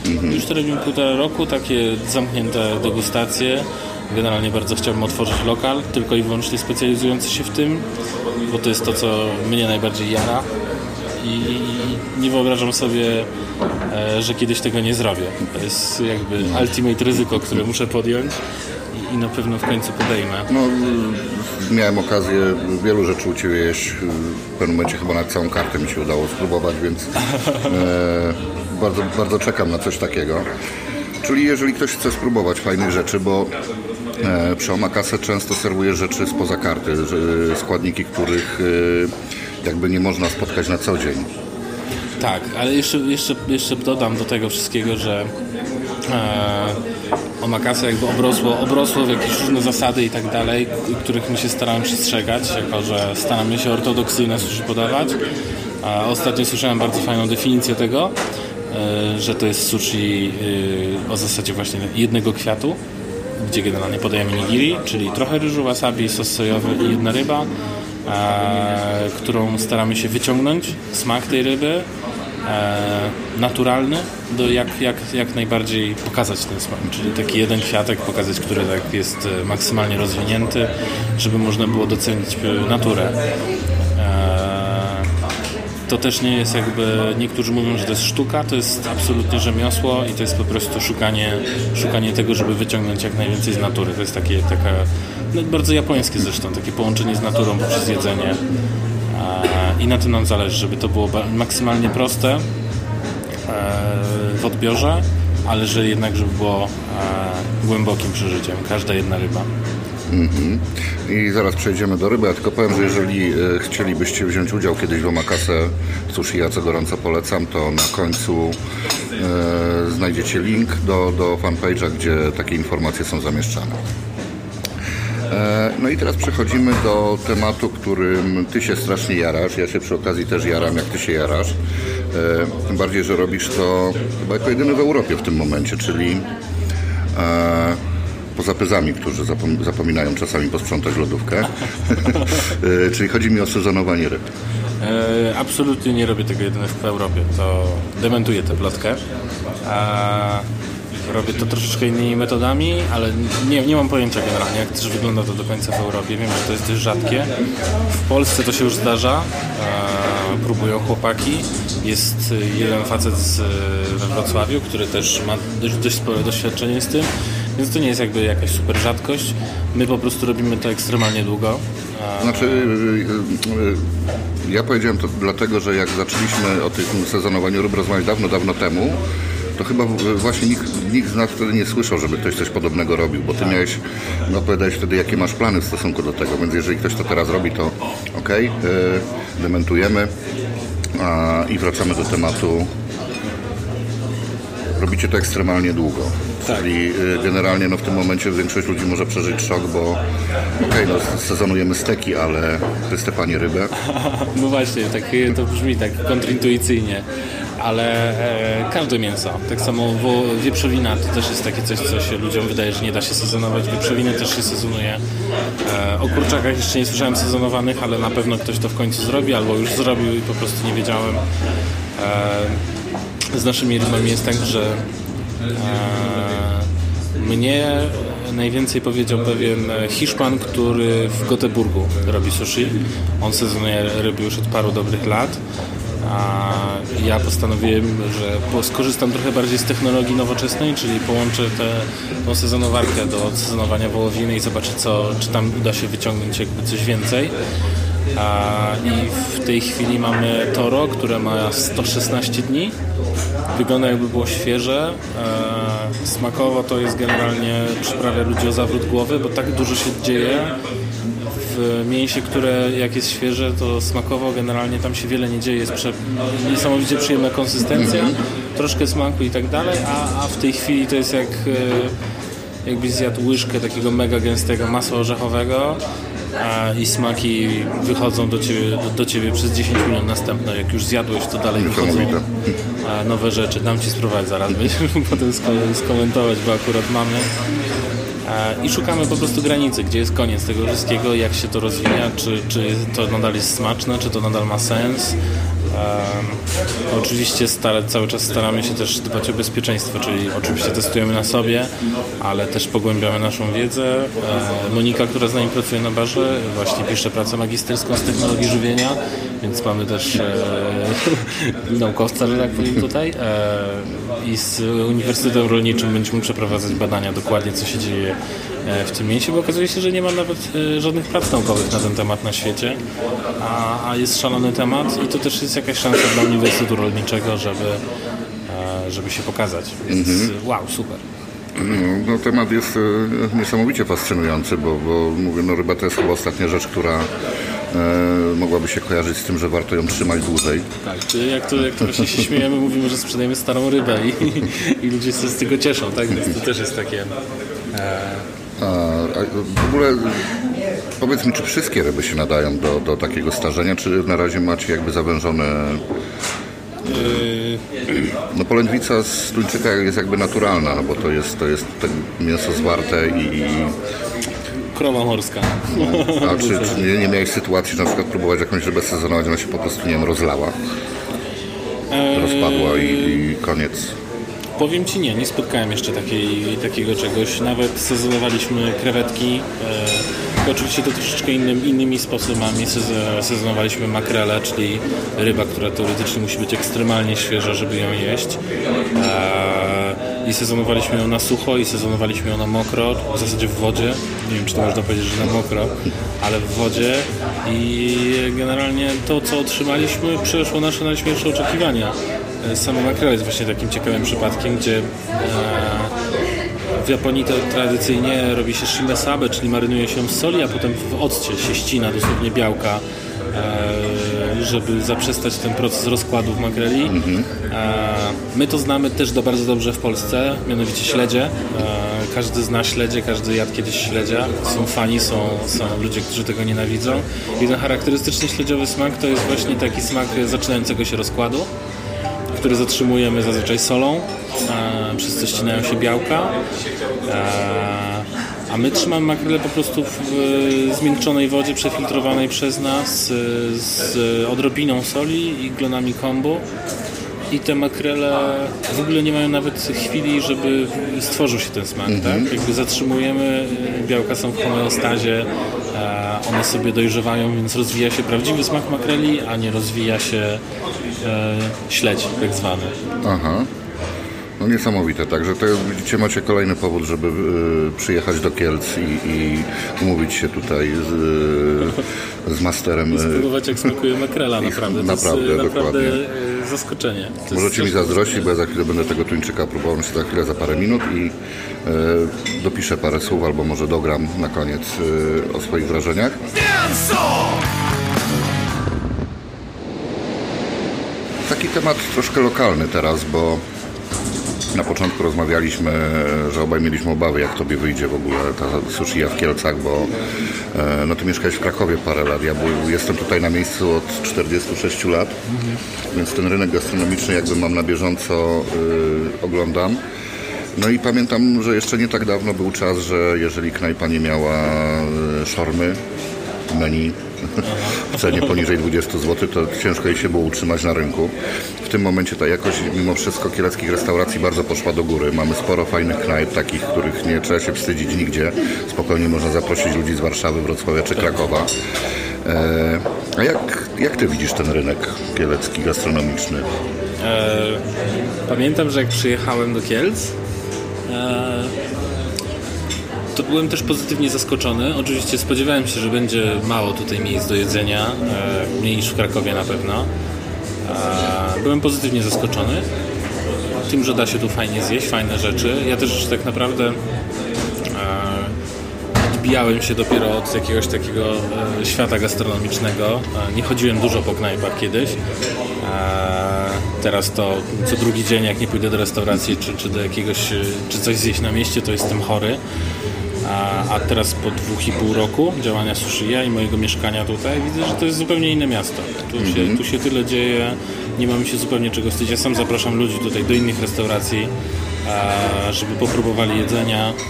Mhm. Już to robimy półtora roku, takie zamknięte degustacje. Generalnie bardzo chciałbym otworzyć lokal, tylko i wyłącznie specjalizujący się w tym, bo to jest to, co mnie najbardziej jara i nie wyobrażam sobie, że kiedyś tego nie zrobię. To jest jakby ultimate ryzyko, które muszę podjąć i na pewno w końcu podejmę. No, miałem okazję wielu rzeczy u Ciebie jeść. W pewnym momencie chyba na całą kartę mi się udało spróbować, więc e, bardzo, bardzo czekam na coś takiego. Czyli jeżeli ktoś chce spróbować fajnych rzeczy, bo e, przy omakase często serwuje rzeczy spoza karty, że, składniki, których e, jakby nie można spotkać na co dzień. Tak, ale jeszcze, jeszcze, jeszcze dodam do tego wszystkiego, że e, omakase jakby obrosło, obrosło w jakieś różne zasady i tak dalej, których my się staramy przestrzegać, jako że staramy się ortodoksyjne sushi podawać. A ostatnio słyszałem bardzo fajną definicję tego, e, że to jest sushi e, o zasadzie właśnie jednego kwiatu, gdzie generalnie podajemy nigiri, czyli trochę ryżu, wasabi, sos sojowy i jedna ryba, e, którą staramy się wyciągnąć, smak tej ryby, E, naturalny, do jak, jak, jak najbardziej pokazać ten smak, czyli taki jeden kwiatek pokazać, który tak jest maksymalnie rozwinięty, żeby można było docenić naturę. E, to też nie jest jakby, niektórzy mówią, że to jest sztuka, to jest absolutnie rzemiosło i to jest po prostu szukanie, szukanie tego, żeby wyciągnąć jak najwięcej z natury. To jest takie, taka, no bardzo japońskie zresztą, takie połączenie z naturą poprzez jedzenie. I na tym nam zależy, żeby to było maksymalnie proste w odbiorze, ale że jednak, żeby było głębokim przeżyciem. Każda jedna ryba. Mm-hmm. I zaraz przejdziemy do ryby, ja tylko powiem, że jeżeli chcielibyście wziąć udział kiedyś w omakase sushi, ja co gorąco polecam, to na końcu e, znajdziecie link do, do fanpage'a, gdzie takie informacje są zamieszczane. No i teraz przechodzimy do tematu, którym Ty się strasznie jarasz. Ja się przy okazji też jaram, jak Ty się jarasz. Tym bardziej, że robisz to chyba jako jedyny w Europie w tym momencie, czyli e, poza pyzami, którzy zapom- zapominają czasami posprzątać lodówkę. Czyli chodzi mi o sezonowanie ryb. E, absolutnie nie robię tego jedyny w Europie. To dementuję tę plotkę. A... Robię to troszeczkę innymi metodami, ale nie, nie mam pojęcia generalnie, jak też wygląda to do końca w Europie. Wiem, że to jest dość rzadkie. W Polsce to się już zdarza. E, próbują chłopaki. Jest jeden facet z, we Wrocławiu, który też ma dość, dość spore doświadczenie z tym, więc to nie jest jakby jakaś super rzadkość. My po prostu robimy to ekstremalnie długo. E, znaczy, ja powiedziałem to dlatego, że jak zaczęliśmy o tym sezonowaniu ryb rozmawiać dawno, dawno temu, to chyba właśnie nikt, nikt z nas wtedy nie słyszał, żeby ktoś coś podobnego robił, bo Ty tak. miałeś, no opowiadałeś wtedy, jakie masz plany w stosunku do tego, więc jeżeli ktoś to teraz robi, to okej, okay, yy, dementujemy a, i wracamy do tematu. Robicie to ekstremalnie długo, tak. Czyli yy, generalnie no, w tym momencie większość ludzi może przeżyć szok, bo okej, okay, no, sezonujemy steki, ale Chryste Panie rybę. No właśnie, tak, to brzmi tak kontrintuicyjnie. Ale e, każde mięso, tak samo wo, wieprzowina to też jest takie coś, co się ludziom wydaje, że nie da się sezonować. Wieprzowinę też się sezonuje. E, o kurczakach jeszcze nie słyszałem sezonowanych, ale na pewno ktoś to w końcu zrobi, albo już zrobił i po prostu nie wiedziałem. E, z naszymi rybami jest tak, że e, mnie najwięcej powiedział pewien Hiszpan, który w Göteborgu robi sushi. On sezonuje ryby już od paru dobrych lat. A ja postanowiłem, że skorzystam trochę bardziej z technologii nowoczesnej, czyli połączę tę tą sezonowarkę do sezonowania wołowiny i zobaczę, co, czy tam uda się wyciągnąć jakby coś więcej. A, I w tej chwili mamy Toro, które ma sto szesnaście dni. Wygląda jakby było świeże. E, smakowo to jest generalnie, przyprawia ludzi o zawrót głowy, bo tak dużo się dzieje w mięsie, które jak jest świeże, to smakowo generalnie tam się wiele nie dzieje, jest prze... niesamowicie przyjemna konsystencja, troszkę smaku i tak dalej, a, a w tej chwili to jest jak jakbyś zjadł łyżkę takiego mega gęstego masła orzechowego a, i smaki wychodzą do ciebie, do, do ciebie przez dziesięć minut następne. Jak już zjadłeś, to dalej wychodzą a, nowe rzeczy. Dam ci spróbować zaraz, będziemy potem skomentować, bo akurat mamy. I szukamy po prostu granicy, gdzie jest koniec tego wszystkiego, jak się to rozwija, czy, czy to nadal jest smaczne, czy to nadal ma sens. Um, oczywiście stara, cały czas staramy się też dbać o bezpieczeństwo, czyli oczywiście testujemy na sobie, ale też pogłębiamy naszą wiedzę. E, Monika, która z nami pracuje na barze, właśnie pisze pracę magisterską z technologii żywienia, więc mamy też e, naukowca, że tak powiem tutaj. E, I z Uniwersytetem Rolniczym będziemy przeprowadzać badania dokładnie, co się dzieje w tym mięsie, bo okazuje się, że nie ma nawet żadnych prac naukowych na ten temat na świecie, a, a jest szalony temat i to też jest jakaś szansa dla Uniwersytetu Rolniczego, żeby, żeby się pokazać. Więc mm-hmm. wow, super. No, temat jest e, niesamowicie fascynujący, bo, bo mówię, no, ryba to jest chyba ostatnia rzecz, która e, mogłaby się kojarzyć z tym, że warto ją trzymać dłużej. Tak, czy jak to, jak to właśnie się śmiejemy, mówimy, że sprzedajemy starą rybę i, i, i ludzie się z tego cieszą, tak? Więc to też jest takie... E... A, a w ogóle powiedz mi, czy wszystkie ryby się nadają do, do takiego starzenia, czy na razie macie jakby zawężone... No polędwica z tuńczyka jest jakby naturalna, no bo to jest, to jest mięso zwarte i... Krowa morska. No, a czy, czy nie, nie miałeś sytuacji, że na przykład próbować jakąś rybę sezonować, ona się po prostu, nie wiem, rozlała, rozpadła i, i koniec? Powiem Ci nie, nie spotkałem jeszcze takiej, takiego czegoś. Nawet sezonowaliśmy krewetki. E, oczywiście to troszeczkę innym, innymi sposobami. Sezonowaliśmy makrelę, czyli ryba, która teoretycznie musi być ekstremalnie świeża, żeby ją jeść. E, I sezonowaliśmy ją na sucho i sezonowaliśmy ją na mokro, w zasadzie w wodzie. Nie wiem, czy to można powiedzieć, że na mokro, ale w wodzie. I generalnie to, co otrzymaliśmy, przeszło nasze najśmielsze oczekiwania. Sama makrela jest właśnie takim ciekawym przypadkiem, gdzie e, w Japonii to tradycyjnie robi się shimesabe, czyli marynuje się w soli, a potem w occie się ścina dosłownie białka, e, żeby zaprzestać ten proces rozkładu w makreli. Mm-hmm. E, my to znamy też do, bardzo dobrze w Polsce, mianowicie śledzie. E, każdy zna śledzie, każdy jadł kiedyś śledzia. Są fani, są, są ludzie, którzy tego nienawidzą. I ten charakterystyczny śledziowy smak to jest właśnie taki smak zaczynającego się rozkładu, który zatrzymujemy zazwyczaj solą, e, przez co ścinają się białka, e, a my trzymamy makrelę po prostu w e, zmiękczonej wodzie przefiltrowanej przez nas z odrobiną soli i glonami kombu. I te makrele w ogóle nie mają nawet chwili, żeby stworzył się ten smak, mm-hmm. tak? Jakby zatrzymujemy, białka są w homeostazie, e, one sobie dojrzewają, więc rozwija się prawdziwy smak makreli, a nie rozwija się e, śledź tak zwany. Aha. No niesamowite, także to widzicie, macie kolejny powód, żeby y, przyjechać do Kielc i, i umówić się tutaj z, y, z masterem. I spróbować, jak smakuje makrela, naprawdę. Naprawdę, to jest dokładnie. naprawdę zaskoczenie. To Możecie mi zazdrościć, bo ja za chwilę będę tego tuńczyka próbował, myślę, za chwilę, za parę minut i y, dopiszę parę słów, albo może dogram na koniec y, o swoich wrażeniach. Taki temat troszkę lokalny teraz, bo na początku rozmawialiśmy, że obaj mieliśmy obawy, jak tobie wyjdzie w ogóle ta sushi w Kielcach, bo e, no ty mieszkałeś w Krakowie parę lat, ja był, jestem tutaj na miejscu od czterdziestu sześciu lat, mhm. więc ten rynek gastronomiczny jakby mam na bieżąco y, oglądam. No i pamiętam, że jeszcze nie tak dawno był czas, że jeżeli knajpa nie miała y, szormy, menu w cenie poniżej dwadzieścia złotych, to ciężko jej się było utrzymać na rynku. W tym momencie ta jakość mimo wszystko kieleckich restauracji bardzo poszła do góry. Mamy sporo fajnych knajp, takich, których nie trzeba się wstydzić nigdzie. Spokojnie można zaprosić ludzi z Warszawy, Wrocławia czy Krakowa. E, a jak, jak ty widzisz ten rynek kielecki, gastronomiczny? E, pamiętam, że jak przyjechałem do Kielc, e, to byłem też pozytywnie zaskoczony. Oczywiście spodziewałem się, że będzie mało tutaj miejsc do jedzenia, e, mniej niż w Krakowie na pewno. E, byłem pozytywnie zaskoczony tym, że da się tu fajnie zjeść, fajne rzeczy. Ja też tak naprawdę e, odbijałem się dopiero od jakiegoś takiego e, świata gastronomicznego. E, nie chodziłem dużo po knajpach kiedyś. E, teraz to co drugi dzień, jak nie pójdę do restauracji czy, czy do jakiegoś, czy coś zjeść na mieście, to jestem chory. A, a teraz po dwóch i pół roku działania Sushiya i mojego mieszkania tutaj widzę, że to jest zupełnie inne miasto. Tu, mm-hmm. się, tu się tyle dzieje, nie mam się zupełnie czego wstydzić. Ja sam zapraszam ludzi tutaj do innych restauracji, e, żeby popróbowali jedzenia, e,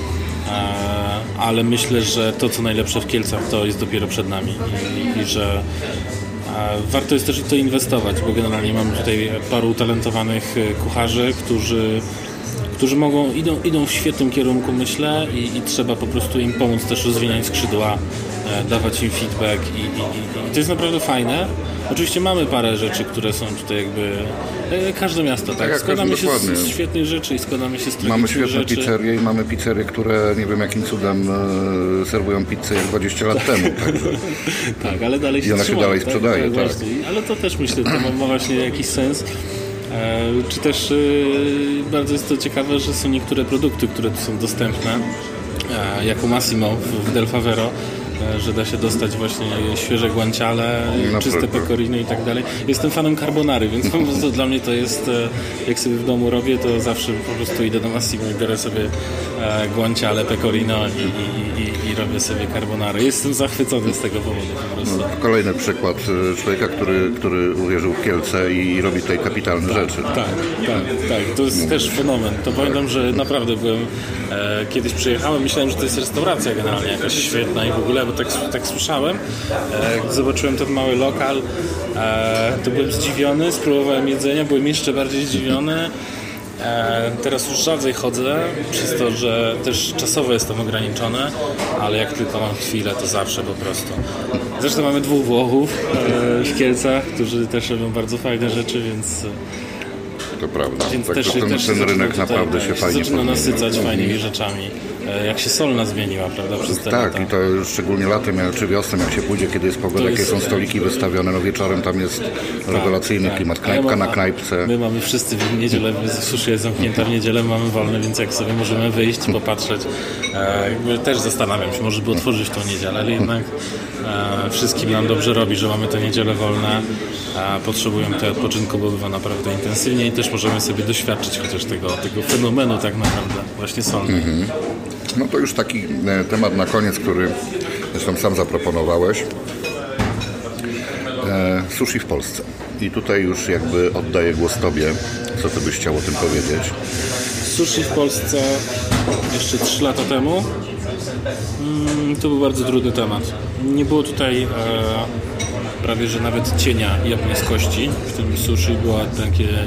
ale myślę, że to co najlepsze w Kielcach to jest dopiero przed nami i, i że Warto jest też w to inwestować, bo generalnie mamy tutaj paru utalentowanych kucharzy, którzy, którzy mogą, idą, idą w świetnym kierunku, myślę, i, i trzeba po prostu im pomóc też rozwijać skrzydła, dawać im feedback i, i, i to jest naprawdę fajne. Oczywiście mamy parę rzeczy, które są tutaj jakby... Każde miasto, tak? tak składamy się dokładnie. z świetnych rzeczy i składamy się z tragicznych Mamy świetne rzeczy. pizzerie i mamy pizzerie, które nie wiem jakim cudem e, serwują pizzę jak dwadzieścia lat temu. Także. Tak, ale dalej się I ona się trzymają, dalej tak? sprzedaje. Tak, Tak. właśnie. Ale to też myślę, to ma, ma właśnie jakiś sens. E, czy też e, bardzo jest to ciekawe, że są niektóre produkty, które tu są dostępne, e, jako Massimo w, w Del Favero, że da się dostać właśnie świeże guanciale, no czyste prawda. pecorino i tak dalej. Jestem fanem carbonary, więc po prostu dla mnie to jest, jak sobie w domu robię, to zawsze po prostu idę do Massimo i biorę sobie guanciale, pecorino i, i, i, i robię sobie carbonary. Jestem zachwycony z tego powodu po prostu. No, kolejny przykład człowieka, który, który uwierzył w Kielce i robi tutaj kapitalne rzeczy. Tak, tak, tak. To jest też fenomen. To pamiętam, że naprawdę byłem, e, kiedyś przyjechałem, myślałem, że to jest restauracja generalnie jakaś świetna i w ogóle, bo tak, tak słyszałem. E, gdy zobaczyłem ten mały lokal, e, to byłem zdziwiony, spróbowałem jedzenia, byłem jeszcze bardziej zdziwiony. E, teraz już rzadziej chodzę, przez to, że też czasowo jestem ograniczony, ale jak tylko mam chwilę, to zawsze po prostu. Zresztą mamy dwóch Włochów e, w Kielcach, którzy też robią bardzo fajne rzeczy, więc... To prawda. Więc tak, też, to ten, też ten rynek tutaj, naprawdę tak, się fajnie zaczyna podmienił. nasycać fajnymi rzeczami. E, Jak się solna zmieniła, prawda, przez te Tak, lata. i to już szczególnie latem czy wiosną, jak się pójdzie, kiedy jest pogoda, To jakie jest- są stoliki wystawione, no wieczorem tam jest rewelacyjny tak. klimat, A ja knajpka mam- na knajpce. My mamy wszyscy w niedzielę, sushi jest zamknięta w niedzielę, mamy wolne, więc jak sobie możemy wyjść, popatrzeć. E, jakby też zastanawiam się, może by otworzyć tą niedzielę, ale jednak e, wszystkim nam dobrze robi, że mamy tę niedzielę wolne. E, potrzebujemy tutaj odpoczynku, bo bywa naprawdę intensywnie i też możemy sobie doświadczyć chociaż tego, tego fenomenu tak naprawdę, właśnie solnej. No to już taki e, temat na koniec, który zresztą sam zaproponowałeś. E, sushi w Polsce. I tutaj już jakby oddaję głos Tobie. Co Ty byś chciał o tym powiedzieć? Sushi w Polsce jeszcze trzy lata temu mm, to był bardzo trudny temat. Nie było tutaj e, prawie że nawet cienia japońskości. W tym sushi była takie e,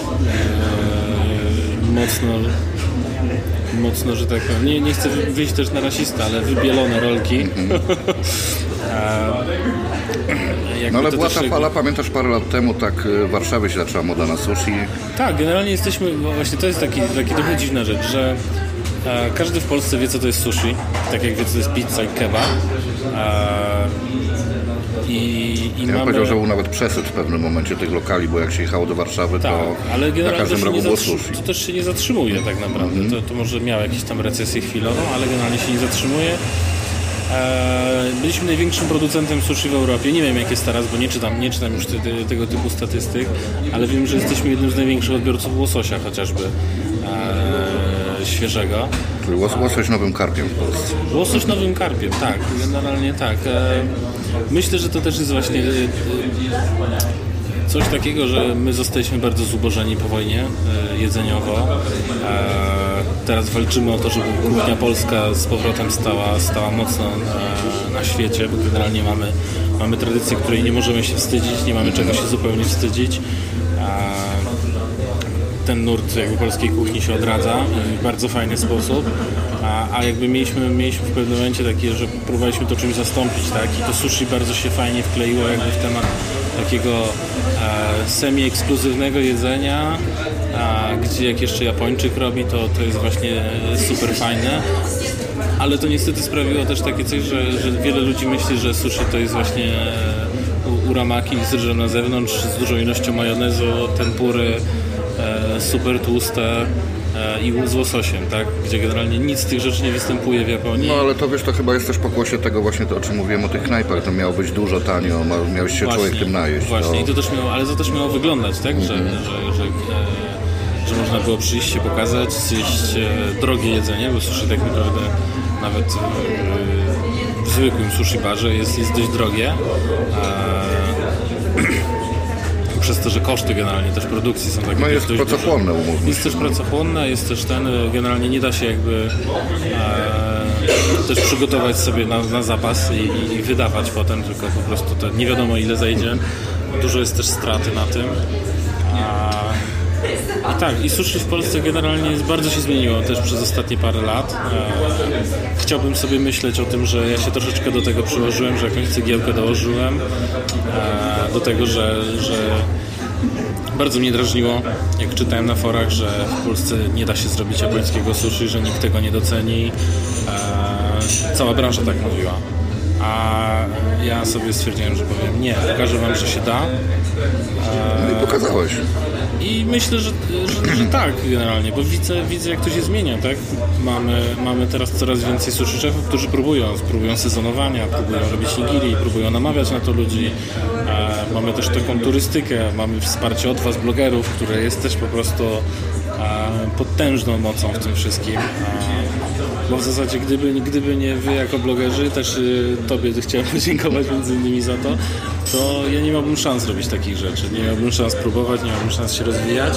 mocno mocno, że tak powiem, nie, nie chcę wyjść też na rasistę, ale wybielone rolki. e, No ale to była też ta jakby- fala, pamiętasz, parę lat temu, tak w Warszawie się zaczęła moda na sushi. Tak, generalnie jesteśmy, bo właśnie to jest taki, taki trochę dziwna rzecz, że e, każdy w Polsce wie, co to jest sushi, tak jak wie, co to jest pizza i kebab. E, I, i Ja bym mamy... powiedział, że był nawet przesyt w pewnym momencie tych lokali, bo jak się jechało do Warszawy, Tak, to ale na generalnie to, każdym się rogu nie było zatrzy- sushi. to też się nie zatrzymuje tak naprawdę. Mhm. To, to może miało jakąś tam recesję chwilową, ale generalnie się nie zatrzymuje. E, byliśmy największym producentem sushi w Europie. Nie wiem, jak jest teraz, bo nie czytam, nie czytam już te, te, tego typu statystyk, ale wiem, że jesteśmy jednym z największych odbiorców łososia chociażby e, świeżego. Czyli łos, łosoś nowym karpiem w Polsce. Łosoś nowym karpiem, tak, generalnie tak. E, myślę, że to też jest właśnie e, e, coś takiego, że my zostaliśmy bardzo zubożeni po wojnie e, jedzeniowo. E, teraz walczymy o to, żeby kuchnia polska z powrotem stała, stała mocno e, na świecie, bo generalnie mamy, mamy tradycję, której nie możemy się wstydzić, nie mamy czego się zupełnie wstydzić. E, ten nurt jakby polskiej kuchni się odradza w bardzo fajny sposób, a, a jakby mieliśmy, mieliśmy w pewnym momencie takie, że próbowaliśmy to czymś zastąpić, tak? I to sushi bardzo się fajnie wkleiło jakby w temat takiego e, semi-ekskluzywnego jedzenia, a, gdzie jak jeszcze Japończyk robi, to, to jest właśnie super fajne. Ale to niestety sprawiło też takie coś, że, że wiele ludzi myśli, że sushi to jest właśnie e, uramaki z ryżem na zewnątrz, z dużą ilością majonezu, tempury, e, super tłuste e, i z łososiem, tak? Gdzie generalnie nic z tych rzeczy nie występuje w Japonii. No ale to wiesz, to chyba jest też pokłosie tego właśnie to, o czym mówiłem o tych knajpach. To miało być dużo, tanio, ma, miałeś się człowiek tym najeść. Właśnie, to... i to też miało, ale to też miało wyglądać, tak? Że, Mhm. że, że, e, że można było przyjść się pokazać, zjeść e, drogie jedzenie, bo sushi tak naprawdę nawet e, w zwykłym sushi barze jest, jest dość drogie. E, przez to, że koszty generalnie też produkcji są takie No jest dość pracochłonne, duże. umówmy Jest się. też pracochłonne, jest też ten, generalnie nie da się jakby e, też przygotować sobie na, na zapas i, i wydawać potem, tylko po prostu to nie wiadomo ile zajdzie. Dużo jest też straty na tym. A, I tak, i sushi w Polsce generalnie jest, bardzo się zmieniło też przez ostatnie parę lat. E, chciałbym sobie myśleć o tym, że ja się troszeczkę do tego przyłożyłem, że jakąś cegiełkę dołożyłem e, do tego, że, że bardzo mnie drażniło, jak czytałem na forach, że w Polsce nie da się zrobić japońskiego sushi, że nikt tego nie doceni. E, cała branża tak mówiła. A ja sobie stwierdziłem, że powiem nie, pokażę wam, że się da. No i pokazałeś. I myślę, że, że, że tak generalnie, bo widzę, widzę jak to się zmienia, tak? Mamy, mamy teraz coraz więcej sushi chefów, którzy próbują, próbują sezonowania, próbują robić nigiri, próbują namawiać na to ludzi. E, mamy też taką turystykę, mamy wsparcie od was, blogerów, które jest też po prostu e, potężną mocą w tym wszystkim. E, bo w zasadzie gdyby, gdyby nie wy jako blogerzy, też y, tobie chciałem podziękować między innymi za to, to ja nie miałbym szans robić takich rzeczy, nie miałbym szans próbować, nie miałbym szans się rozwijać.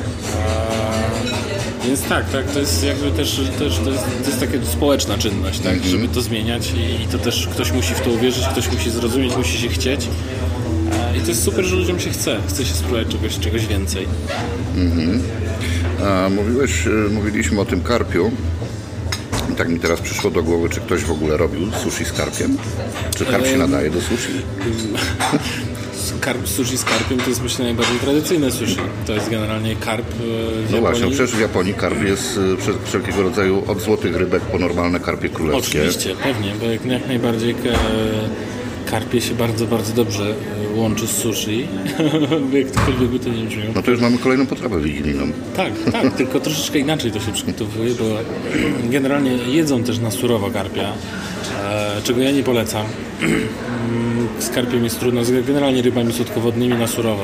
A, więc tak, tak, to jest jakby też, też to, jest, to jest taka społeczna czynność, tak, mm-hmm. żeby to zmieniać i, i to też ktoś musi w to uwierzyć, ktoś musi zrozumieć, musi się chcieć. A, i to jest super, że ludziom się chce, chce się spróbować czegoś, czegoś więcej. Mm-hmm. A mówiłeś, mówiliśmy o tym karpiu. Tak mi teraz przyszło do głowy, czy ktoś w ogóle robił sushi z karpiem? Czy karp się nadaje do sushi? Karp, sushi z karpiem to jest myślę najbardziej tradycyjne sushi. To jest generalnie karp w No Japonii. właśnie, przecież w Japonii karp jest wszelkiego rodzaju od złotych rybek po normalne karpie królewskie. Oczywiście, pewnie, bo jak, jak najbardziej karpie się bardzo, bardzo dobrze łączy z sushi. Jakkolwiek by to nie brzmiało. No to już mamy kolejną potrawę wigilijną. Tak, tak, tylko troszeczkę inaczej to się przygotowuje, bo generalnie jedzą też na surowo karpia, czego ja nie polecam. Z karpiem jest trudno, z generalnie rybami słodkowodnymi na surowo.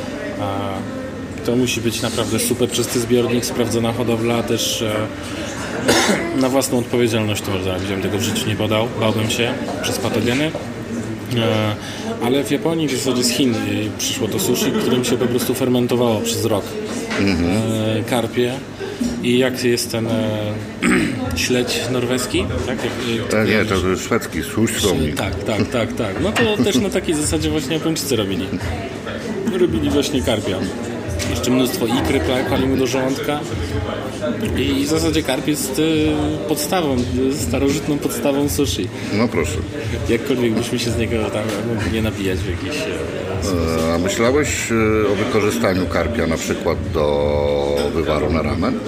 To musi być naprawdę super czysty zbiornik, sprawdzona hodowla, też na własną odpowiedzialność to można, gdybym tego w życiu nie podał, bałbym się przez patogeny. Ale w Japonii, w zasadzie z Chin przyszło to sushi, którym się po prostu fermentowało przez rok mm-hmm. karpie. I jak jest ten e, śledź norweski? Tak? Jak, tak nie, to jest szwedzki, sushi. Tak, tak, tak, tak. No to też na takiej zasadzie właśnie Japończycy robili. Robili właśnie karpia. Jeszcze mnóstwo ikry kłali mu do żołądka. I w zasadzie karp jest podstawą, starożytną podstawą sushi. No proszę. Jakkolwiek byśmy się z niego tam mogli nie nabijać w jakiś sposób. A myślałeś o wykorzystaniu karpia na przykład do wywaru na ramen?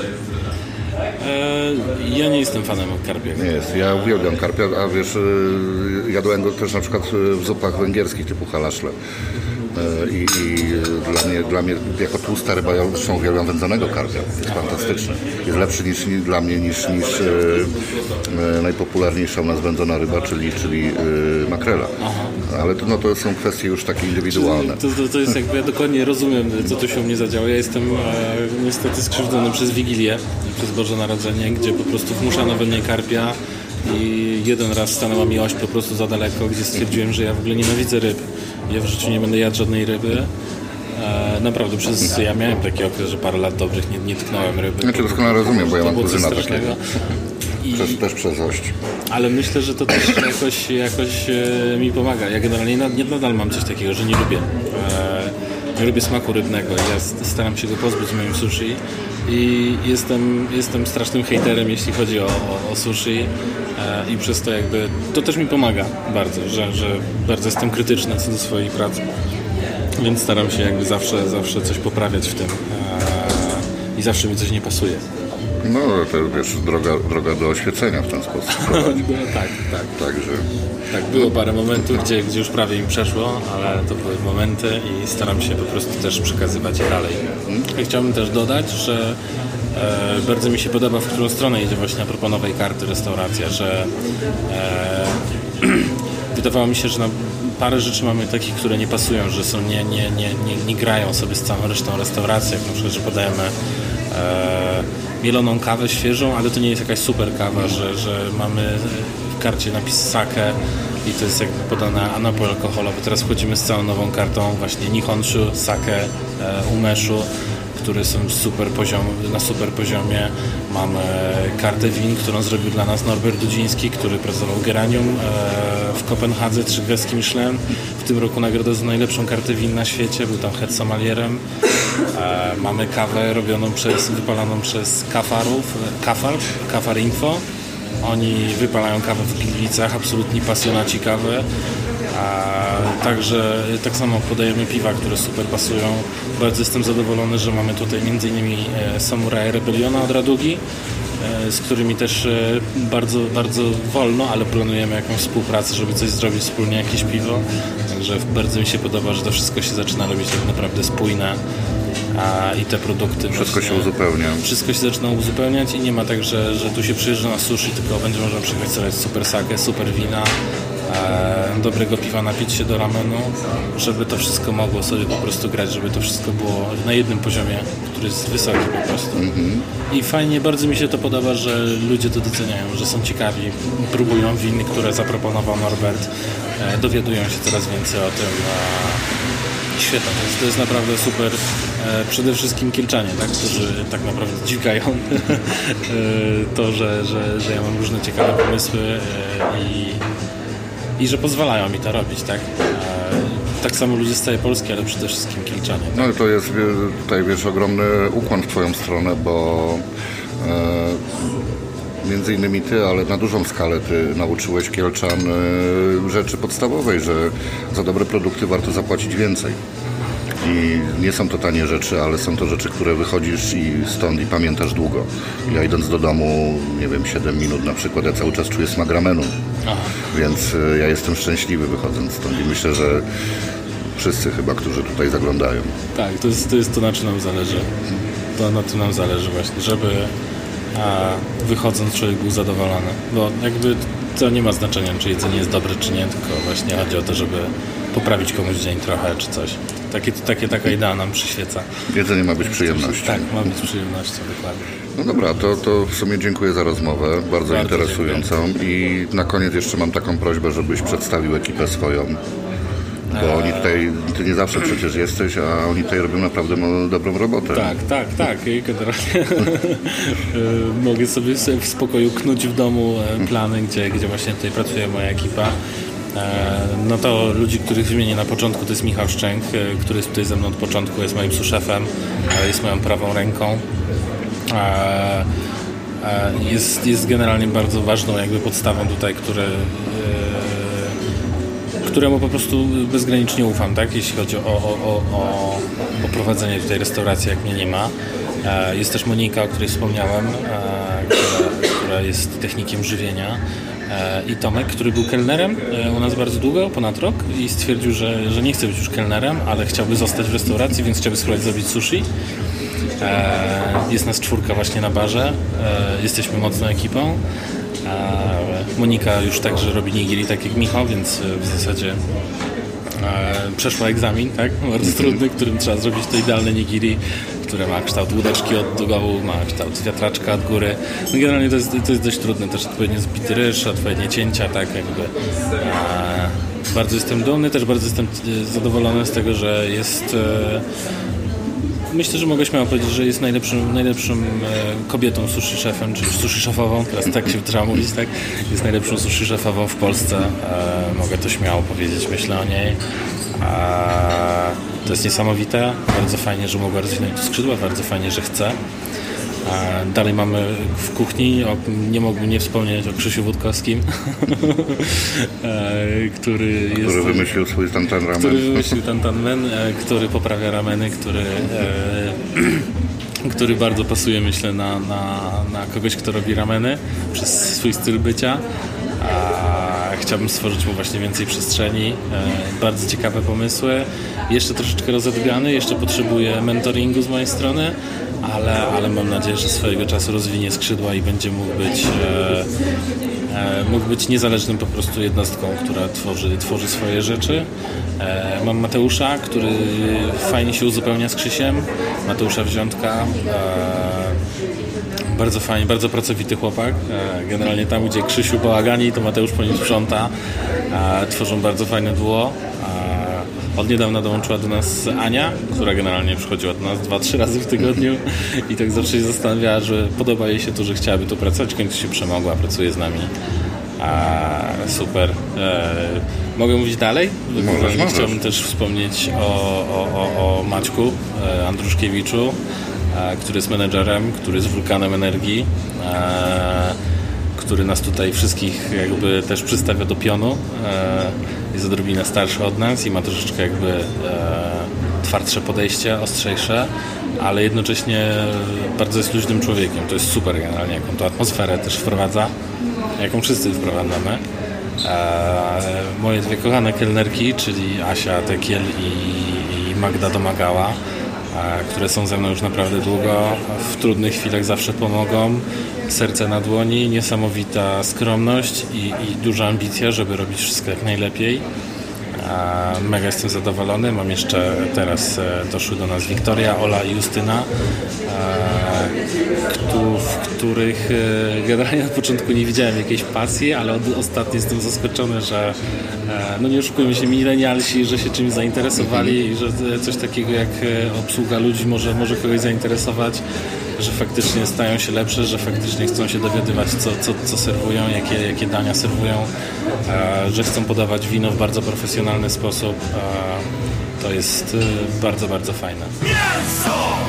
Ja nie jestem fanem karpia. Nie jest. Ja uwielbiam karpia, a wiesz, jadłem go też na przykład w zupach węgierskich typu halaszle. I, i dla, mnie, dla mnie jako tłusta ryba, ja zresztą uwielbiam wędzonego karpia. Jest fantastyczny. Jest lepszy niż, dla mnie niż, niż e, najpopularniejsza u nas wędzona ryba, czyli, czyli e, makrela. Aha. Ale to, no, to są kwestie już takie indywidualne. To, to, to jest jakby, ja dokładnie rozumiem, co tu się u mnie zadziało. Ja jestem e, niestety skrzywdzony przez Wigilię, przez Boże Narodzenie, gdzie po prostu wmuszano we mnie karpia i jeden raz stanęła mi oś po prostu za daleko, gdzie stwierdziłem, że ja w ogóle nienawidzę ryb. Ja w życiu nie będę jadł żadnej ryby. E, naprawdę, przez, ja miałem taki okres, że parę lat dobrych nie, nie tknąłem ryby. Znaczy doskonale rozumiem, bo ja mam kuzyna takiego. I, też, też przez ość. Ale myślę, że to też jakoś, jakoś e, mi pomaga. Ja generalnie nad, nadal mam coś takiego, że nie lubię. E, nie lubię smaku rybnego. Ja staram się go pozbyć w moim sushi. I jestem, jestem strasznym hejterem, jeśli chodzi o, o, o sushi e, i przez to jakby, to też mi pomaga bardzo, że, że bardzo jestem krytyczny co do swojej pracy, więc staram się jakby zawsze, zawsze coś poprawiać w tym e, i zawsze mi coś nie pasuje. No, to wiesz, droga, droga do oświecenia w ten sposób. No, tak, tak. Także... Tak, było parę momentów, gdzie, gdzie już prawie mi przeszło, ale to były momenty i staram się po prostu też przekazywać je dalej. I chciałbym też dodać, że e, bardzo mi się podoba, w którą stronę idzie właśnie a propos nowej karty restauracja, że e, wydawało mi się, że na parę rzeczy mamy takich, które nie pasują, że są nie, nie, nie, nie, nie grają sobie z całą resztą restauracji, jak na przykład, że podajemy e, mieloną kawę świeżą, ale to nie jest jakaś super kawa, że, że mamy w karcie napis sake i to jest jakby podane a napój alkoholowy. Teraz wchodzimy z całą nową kartą właśnie Nihonshu, sake, e, umeshu, które są super poziom, na super poziomie. Mamy kartę win, którą zrobił dla nas Norbert Dudziński, który pracował Geranium e, w Kopenhadze, trzy gwiazdki Michelin. W tym roku nagrodę za najlepszą kartę win na świecie, był tam head sommelierem. E, mamy kawę robioną przez, wypalaną przez kafarów, kafar, kafar info. Oni wypalają kawę w Gliwicach, absolutni pasjonaci kawy. A także tak samo podajemy piwa, które super pasują. Bardzo jestem zadowolony, że mamy tutaj m.in. Samurai Rebelliona od Radugi, z którymi też bardzo, bardzo wolno, ale planujemy jakąś współpracę, żeby coś zrobić wspólnie, jakieś piwo. Także bardzo mi się podoba, że to wszystko się zaczyna robić tak naprawdę spójne. A i te produkty wszystko właśnie, się uzupełnia. Wszystko się zaczyna uzupełniać i nie ma tak, że, że tu się przyjeżdża na sushi, tylko będzie można przyjechać sobie super sake, super wina, e, dobrego piwa, napić się do ramenu, żeby to wszystko mogło sobie po prostu grać, żeby to wszystko było na jednym poziomie, który jest wysoki po prostu. Mm-hmm. I fajnie, bardzo mi się to podoba, że ludzie to doceniają, że są ciekawi, próbują winy, które zaproponował Norbert, e, dowiadują się coraz więcej o tym. E, Świetne, to jest, to jest naprawdę super. E, przede wszystkim Kielczanie, tak, którzy tak naprawdę dźwigają e, to, że, że, że ja mam różne ciekawe pomysły e, i, i że pozwalają mi to robić, tak. E, tak samo ludzie z całej Polski, ale przede wszystkim Kielczanie. Tak? No i to jest tutaj, wiesz, ogromny ukłon w twoją stronę, bo e, między innymi ty, ale na dużą skalę ty nauczyłeś Kielczan e, rzeczy podstawowej, że za dobre produkty warto zapłacić więcej. I nie są to tanie rzeczy, ale są to rzeczy, które wychodzisz i stąd i pamiętasz długo. Ja idąc do domu, nie wiem, siedem minut na przykład, ja cały czas czuję smak ramenu. Aha. Więc e, ja jestem szczęśliwy wychodząc stąd i myślę, że wszyscy chyba, którzy tutaj zaglądają. Tak, to jest to, jest to na czym nam zależy. To na tym nam zależy właśnie, żeby a wychodząc człowiek był zadowolony, bo jakby to nie ma znaczenia, czy jedzenie jest dobre, czy nie, tylko właśnie chodzi o to, żeby poprawić komuś dzień trochę, czy coś. Takie, takie, taka idea nam przyświeca. Jedzenie ma być przyjemnością. Tak, ma być przyjemnością, dokładnie. No dobra, to, to w sumie dziękuję za rozmowę, bardzo, bardzo interesującą. Dziękuję. I na koniec jeszcze mam taką prośbę, żebyś przedstawił ekipę swoją. Bo oni tutaj, ty nie zawsze przecież jesteś, a oni tutaj robią naprawdę dobrą robotę. Tak, tak, tak. I generalnie mogę sobie w spokoju knuć w domu plany, gdzie, gdzie właśnie tutaj pracuje moja ekipa. No to ludzi, których wymienię na początku, to jest Michał Szczęk, który jest tutaj ze mną od początku, jest moim suszefem, jest moją prawą ręką. Jest, jest generalnie bardzo ważną jakby podstawą tutaj, które któremu po prostu bezgranicznie ufam, tak? Jeśli chodzi o, o, o, o, o prowadzenie tutaj restauracji, jak mnie nie ma. Jest też Monika, o której wspomniałem, która, która jest technikiem żywienia, i Tomek, który był kelnerem u nas bardzo długo, ponad rok, i stwierdził, że, że nie chce być już kelnerem, ale chciałby zostać w restauracji, więc chciałby spróbować zrobić sushi. Jest nas czwórka właśnie na barze, jesteśmy mocną ekipą. Monika już także robi nigiri, tak jak Michał, więc w zasadzie e, przeszła egzamin, tak? Bardzo trudny, którym trzeba zrobić to idealne nigiri, które ma kształt łódeczki od dołu, ma kształt wiatraczka od góry. No generalnie to jest, to jest dość trudne, też odpowiednio zbity ryż, odpowiednie cięcia, tak jakby. E, bardzo jestem dumny, też bardzo jestem zadowolony z tego, że jest... E, Myślę, że mogę śmiało powiedzieć, że jest najlepszym, najlepszą e, kobietą sushi szefem, czy sushi szefową, teraz tak się trzeba mówić, tak? Jest najlepszą sushi szefową w Polsce. E, mogę to śmiało powiedzieć, myślę o niej. E, to jest niesamowite. Bardzo fajnie, że mogła rozwinąć tu skrzydła, bardzo fajnie, że chce. E, dalej mamy w kuchni, o, nie mógłbym nie wspomnieć o Krzysiu Wódkowskim, e, który jest... Który wymyślił swój tantan ramen. Który wymyślił tantan men, e, który poprawia rameny, który, e, który bardzo pasuje, myślę, na, na, na kogoś, kto robi rameny przez swój styl bycia. A chciałbym stworzyć mu właśnie więcej przestrzeni, e, bardzo ciekawe pomysły, jeszcze troszeczkę rozedrgany, jeszcze potrzebuję mentoringu z mojej strony, ale, ale mam nadzieję, że swojego czasu rozwinie skrzydła i będzie mógł być e, e, mógł być niezależnym po prostu jednostką, która tworzy, tworzy swoje rzeczy. E, mam Mateusza, który fajnie się uzupełnia z Krzysiem, Mateusza Wziątka. E, Bardzo fajnie, bardzo pracowity chłopak. Generalnie tam, gdzie Krzysiu bałagani, to Mateusz po nim sprząta. Tworzą bardzo fajne duo. Od niedawna dołączyła do nas Ania, która generalnie przychodziła do nas dwa, trzy razy w tygodniu i tak zawsze się zastanawiała, że podoba jej się to, że chciałaby tu pracować. W końcu się przemogła, pracuje z nami. A, super. E, mogę mówić dalej? Możesz, możesz. Chciałbym też wspomnieć o, o, o, o Maćku e, Andruszkiewiczu, e, który jest menedżerem, który jest wulkanem energii, e, który nas tutaj wszystkich jakby też przystawia do pionu. E, jest odrobinę starszy od nas i ma troszeczkę jakby e, twardsze podejście, ostrzejsze, ale jednocześnie bardzo jest luźnym człowiekiem. To jest super generalnie, jaką to atmosferę też wprowadza, jaką wszyscy wprowadzamy. E, moje dwie kochane kelnerki, czyli Asia Tekiel i, i Magda Domagała, e, które są ze mną już naprawdę długo, w trudnych chwilach zawsze pomogą, serce na dłoni, niesamowita skromność i, i duża ambicja, żeby robić wszystko jak najlepiej. E, mega jestem zadowolony. Mam jeszcze teraz e, doszły do nas Wiktoria, Ola i Justyna, e, któ- w których e, generalnie na początku nie widziałem jakiejś pasji, ale od, ostatnio jestem zaskoczony, że e, no nie oszukujmy się, milenialsi, że się czymś zainteresowali i że coś takiego jak e, obsługa ludzi może, może kogoś zainteresować, że faktycznie stają się lepsze, że faktycznie chcą się dowiadywać, co, co, co serwują, jakie, jakie dania serwują, e, że chcą podawać wino w bardzo profesjonalny sposób. E, to jest e, bardzo, bardzo fajne.